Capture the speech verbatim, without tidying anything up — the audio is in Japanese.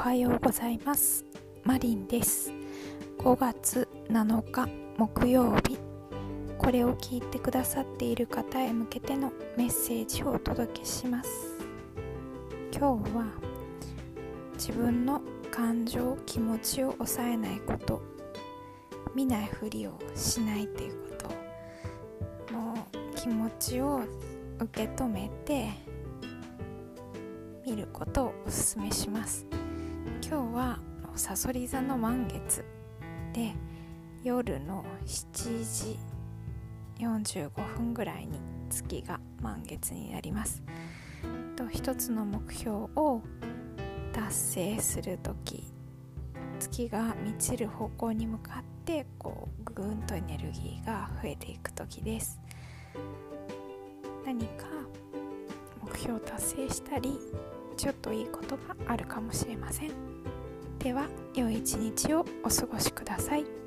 はようございます。マリンです。ごがつなのか木曜日、これを聞いてくださっている方へ向けてのメッセージをお届けします。今日は自分の感情、気持ちを抑えないこと、見ないふりをしないっていうこと、もう気持ちを受け止めて見ることをお勧めします。今日はさそり座の満月で、夜のしちじよんじゅうごふんぐらいに月が満月になります。と一つの目標を達成するとき、月が満ちる方向に向かってこうぐーんとエネルギーが増えていくときです。何か目標を達成したり、ちょっといいことがあるかもしれません。では、良い一日をお過ごしください。